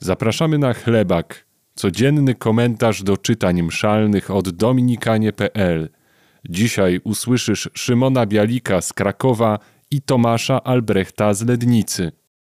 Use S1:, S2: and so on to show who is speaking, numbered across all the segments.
S1: Zapraszamy na Chlebak, codzienny komentarz do czytań mszalnych od dominikanie.pl. Dzisiaj usłyszysz Szymona Bialika z Krakowa i Tomasza Albrechta z Lednicy.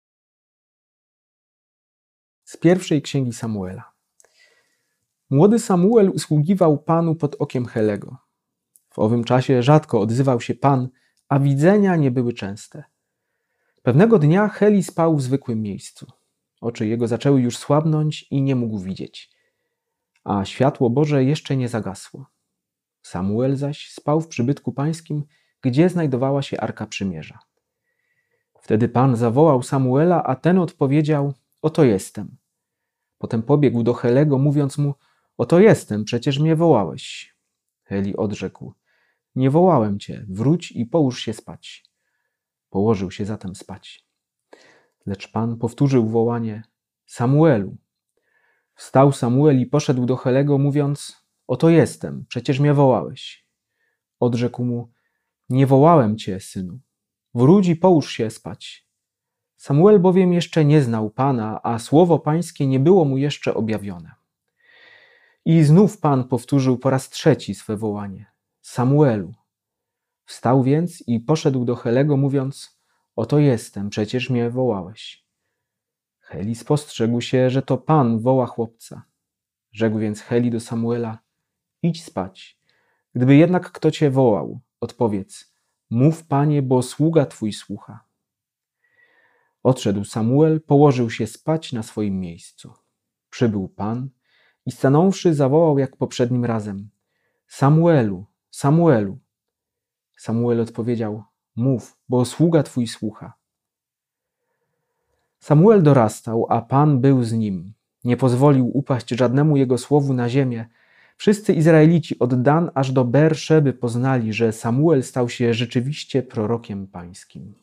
S2: Z pierwszej księgi Samuela. Młody Samuel usługiwał Panu pod okiem Helego. W owym czasie rzadko odzywał się Pan, a widzenia nie były częste. Pewnego dnia Heli spał w zwykłym miejscu. Oczy jego zaczęły już słabnąć i nie mógł widzieć. A światło Boże jeszcze nie zagasło. Samuel zaś spał w przybytku pańskim, gdzie znajdowała się Arka Przymierza. Wtedy Pan zawołał Samuela, a ten odpowiedział: oto jestem. Potem pobiegł do Helego, mówiąc mu: oto jestem, przecież mnie wołałeś. Heli odrzekł: nie wołałem cię, wróć i połóż się spać. Położył się zatem spać. Lecz Pan powtórzył wołanie: Samuelu. Wstał Samuel i poszedł do Helego, mówiąc: oto jestem, przecież mnie wołałeś. Odrzekł mu: nie wołałem cię, synu. Wróć i połóż się spać. Samuel bowiem jeszcze nie znał Pana, a słowo pańskie nie było mu jeszcze objawione. I znów Pan powtórzył po raz trzeci swe wołanie: Samuelu. Wstał więc i poszedł do Helego, mówiąc: oto jestem, przecież mnie wołałeś. Heli spostrzegł się, że to Pan woła chłopca. Rzekł więc Heli do Samuela: idź spać. Gdyby jednak kto cię wołał, odpowiedz: mów, Panie, bo sługa twój słucha. Odszedł Samuel, położył się spać na swoim miejscu. Przybył Pan i stanąwszy zawołał jak poprzednim razem: Samuelu, Samuelu. Samuel odpowiedział: mów, bo sługa twój słucha. Samuel dorastał, a Pan był z nim. Nie pozwolił upaść żadnemu jego słowu na ziemię. Wszyscy Izraelici od Dan aż do Beer-Szeby poznali, że Samuel stał się rzeczywiście prorokiem pańskim.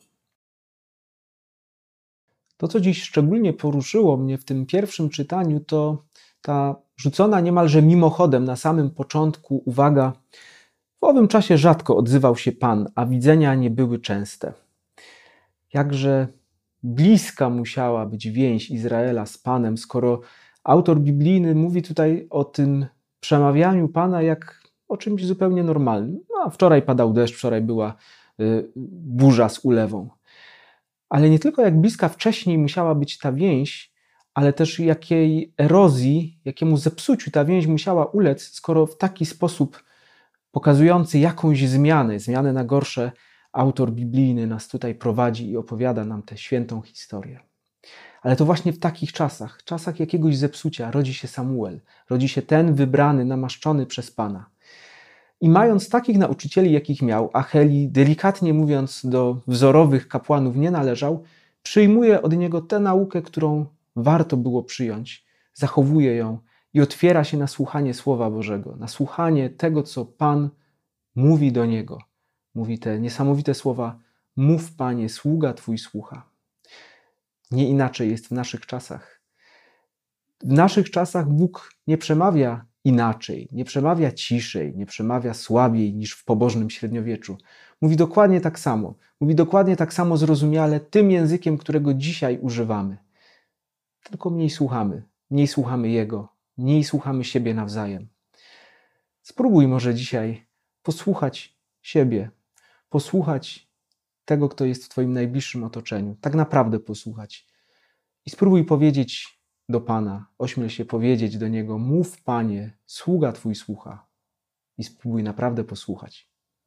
S2: To, co dziś szczególnie poruszyło mnie w tym pierwszym czytaniu, to ta rzucona niemalże mimochodem na samym początku uwaga: w owym czasie rzadko odzywał się Pan, a widzenia nie były częste. Jakże bliska musiała być więź Izraela z Panem, skoro autor biblijny mówi tutaj o tym przemawianiu Pana jak o czymś zupełnie normalnym. No, wczoraj padał deszcz, wczoraj była burza z ulewą. Ale nie tylko jak bliska wcześniej musiała być ta więź, ale też jakiej erozji, jakiemu zepsuciu ta więź musiała ulec, skoro w taki sposób pokazujący jakąś zmianę na gorsze, autor biblijny nas tutaj prowadzi i opowiada nam tę świętą historię. Ale to właśnie w takich czasach jakiegoś zepsucia rodzi się Samuel, rodzi się ten wybrany, namaszczony przez Pana. I mając takich nauczycieli, jakich miał, a Heli, delikatnie mówiąc, do wzorowych kapłanów nie należał, przyjmuje od niego tę naukę, którą warto było przyjąć, zachowuje ją i otwiera się na słuchanie Słowa Bożego, na słuchanie tego, co Pan mówi do niego. Mówi te niesamowite słowa: mów, Panie, sługa Twój słucha. Nie inaczej jest w naszych czasach. W naszych czasach Bóg nie przemawia inaczej, nie przemawia ciszej, nie przemawia słabiej niż w pobożnym średniowieczu. Mówi dokładnie tak samo. Mówi dokładnie tak samo zrozumiale tym językiem, którego dzisiaj używamy. Tylko mniej słuchamy Jego, mniej słuchamy siebie nawzajem. Spróbuj może dzisiaj posłuchać siebie, posłuchać tego, kto jest w Twoim najbliższym otoczeniu, tak naprawdę posłuchać. I spróbuj powiedzieć do Pana, ośmiel się powiedzieć do Niego: mów, Panie, sługa Twój słucha. I spróbuj naprawdę posłuchać.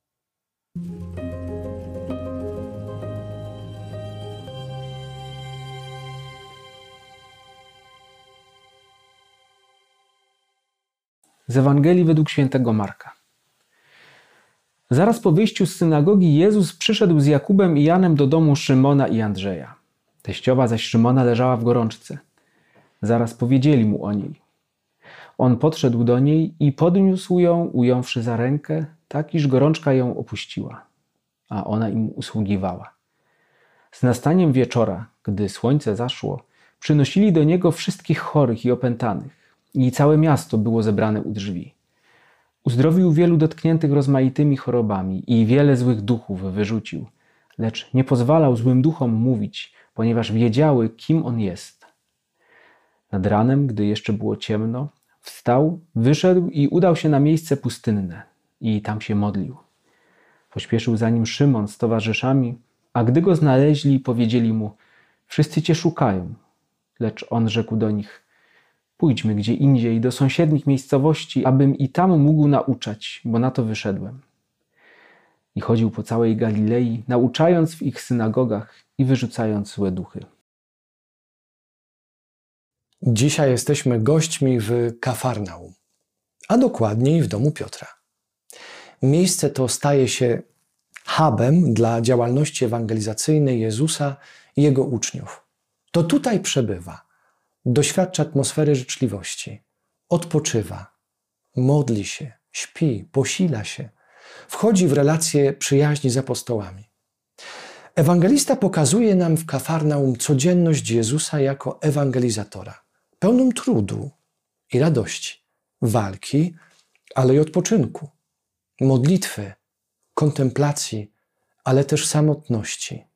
S2: Z Ewangelii według świętego Marka. Zaraz po wyjściu z synagogi Jezus przyszedł z Jakubem i Janem do domu Szymona i Andrzeja. Teściowa zaś Szymona leżała w gorączce. Zaraz powiedzieli mu o niej. On podszedł do niej i podniósł ją, ująwszy za rękę, tak iż gorączka ją opuściła, a ona im usługiwała. Z nastaniem wieczora, gdy słońce zaszło, przynosili do niego wszystkich chorych i opętanych i całe miasto było zebrane u drzwi. Uzdrowił wielu dotkniętych rozmaitymi chorobami i wiele złych duchów wyrzucił, lecz nie pozwalał złym duchom mówić, ponieważ wiedziały, kim on jest. Nad ranem, gdy jeszcze było ciemno, wstał, wyszedł i udał się na miejsce pustynne i tam się modlił. Pośpieszył za nim Szymon z towarzyszami, a gdy go znaleźli, powiedzieli mu: wszyscy cię szukają. Lecz on rzekł do nich: pójdźmy gdzie indziej, do sąsiednich miejscowości, abym i tam mógł nauczać, bo na to wyszedłem. I chodził po całej Galilei, nauczając w ich synagogach i wyrzucając złe duchy.
S3: Dzisiaj jesteśmy gośćmi w Kafarnaum, a dokładniej w domu Piotra. Miejsce to staje się hubem dla działalności ewangelizacyjnej Jezusa i Jego uczniów. To tutaj przebywa, doświadcza atmosfery życzliwości, odpoczywa, modli się, śpi, posila się, wchodzi w relacje przyjaźni z apostołami. Ewangelista pokazuje nam w Kafarnaum codzienność Jezusa jako ewangelizatora, pełną trudu i radości, walki, ale i odpoczynku, modlitwy, kontemplacji, ale też samotności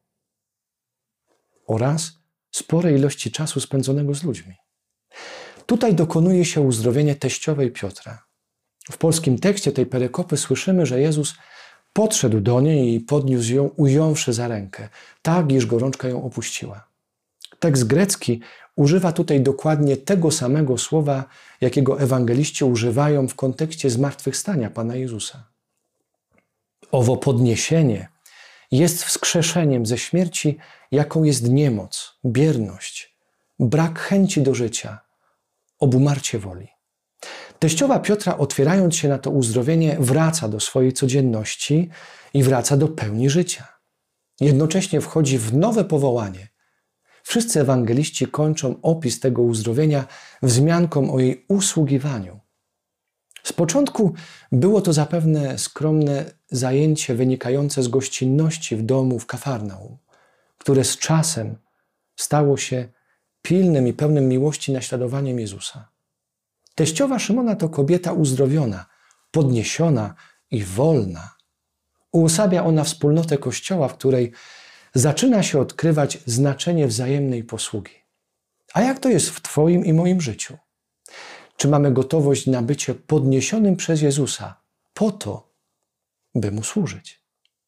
S3: oraz sporej ilości czasu spędzonego z ludźmi. Tutaj dokonuje się uzdrowienie teściowej Piotra. W polskim tekście tej perykopy słyszymy, że Jezus podszedł do niej i podniósł ją, ująwszy za rękę, tak, iż gorączka ją opuściła. Tekst grecki używa tutaj dokładnie tego samego słowa, jakiego ewangeliści używają w kontekście zmartwychwstania Pana Jezusa. Owo podniesienie jest wskrzeszeniem ze śmierci, jaką jest niemoc, bierność, brak chęci do życia, obumarcie woli. Teściowa Piotra, otwierając się na to uzdrowienie, wraca do swojej codzienności i wraca do pełni życia. Jednocześnie wchodzi w nowe powołanie. Wszyscy ewangeliści kończą opis tego uzdrowienia wzmianką o jej usługiwaniu. Z początku było to zapewne skromne zajęcie wynikające z gościnności w domu w Kafarnaum, które z czasem stało się pilnym i pełnym miłości naśladowaniem Jezusa. Teściowa Szymona to kobieta uzdrowiona, podniesiona i wolna. Uosabia ona wspólnotę Kościoła, w której zaczyna się odkrywać znaczenie wzajemnej posługi. A jak to jest w Twoim i moim życiu? Czy mamy gotowość na bycie podniesionym przez Jezusa po to, by Mu służyć?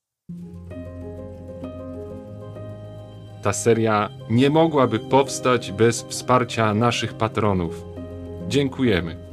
S1: Ta seria nie mogłaby powstać bez wsparcia naszych patronów. Dziękujemy.